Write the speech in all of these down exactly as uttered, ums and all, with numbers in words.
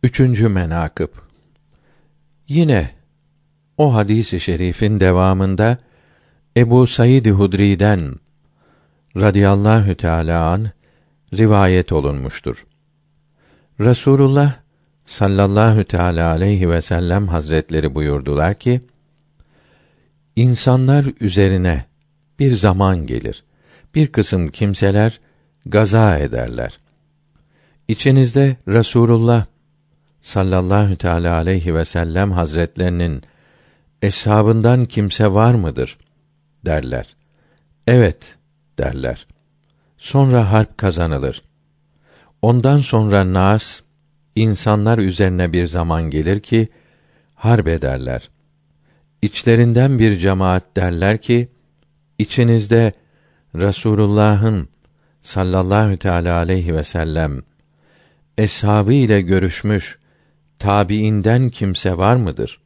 Üçüncü menakıb. Yine o hadis-i şerifin devamında Ebu Said Hudri'den radıyallahu teâlâ anh rivayet olunmuştur. Resulullah sallallahu teâlâ aleyhi ve sellem hazretleri buyurdular ki: İnsanlar üzerine bir zaman gelir. Bir kısım kimseler gaza ederler. İçinizde Resulullah sallallahu teâlâ aleyhi ve sellem hazretlerinin eshabından kimse var mıdır derler. Evet derler. Sonra harp kazanılır. Ondan sonra nas, insanlar üzerine bir zaman gelir ki harp ederler. İçlerinden bir cemaat derler ki, içinizde Resulullah'ın sallallahu teâlâ aleyhi ve sellem eshabı ile görüşmüş tabiinden kimse var mıdır?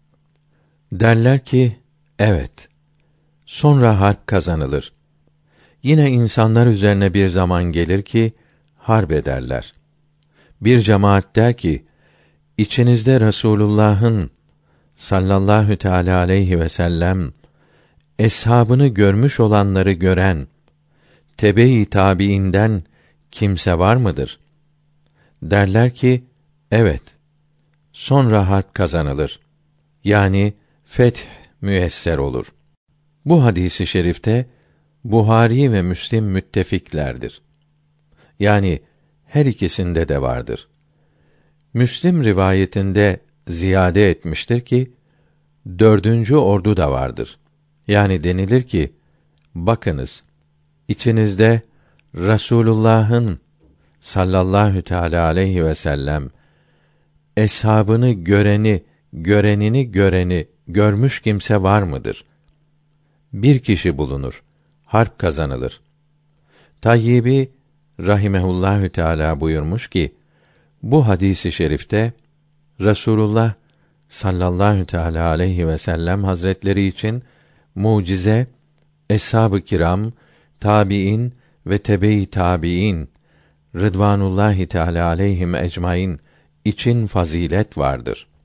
Derler ki, evet. Sonra harp kazanılır. Yine insanlar üzerine bir zaman gelir ki harp ederler. Bir cemaat der ki, içinizde Resulullah'ın sallallahu teâlâ aleyhi ve sellem eshabını görmüş olanları gören tebe-i tabiinden kimse var mıdır? Derler ki, evet. Sonra harp kazanılır. Yani feth müyesser olur. Bu hadisi şerifte Buhari ve Müslim müttefiklerdir. Yani her ikisinde de vardır. Müslim rivayetinde ziyade etmiştir ki dördüncü ordu da vardır. Yani denilir ki, bakınız, içinizde Rasulullah'ın sallallahu teâlâ aleyhi ve sellem eshabını göreni, görenini göreni görmüş kimse var mıdır? Bir kişi bulunur. Harp kazanılır. Tayyibi rahimehullahü teâlâ buyurmuş ki, bu hadisi şerifte Resulullah sallallahu teâlâ aleyhi ve sellem hazretleri için mucize, eshab-ı kiram, tabiin ve tebe-i tabiin Rıdvanullahi Teâlâ aleyhim ecmaîn için fazilet vardır.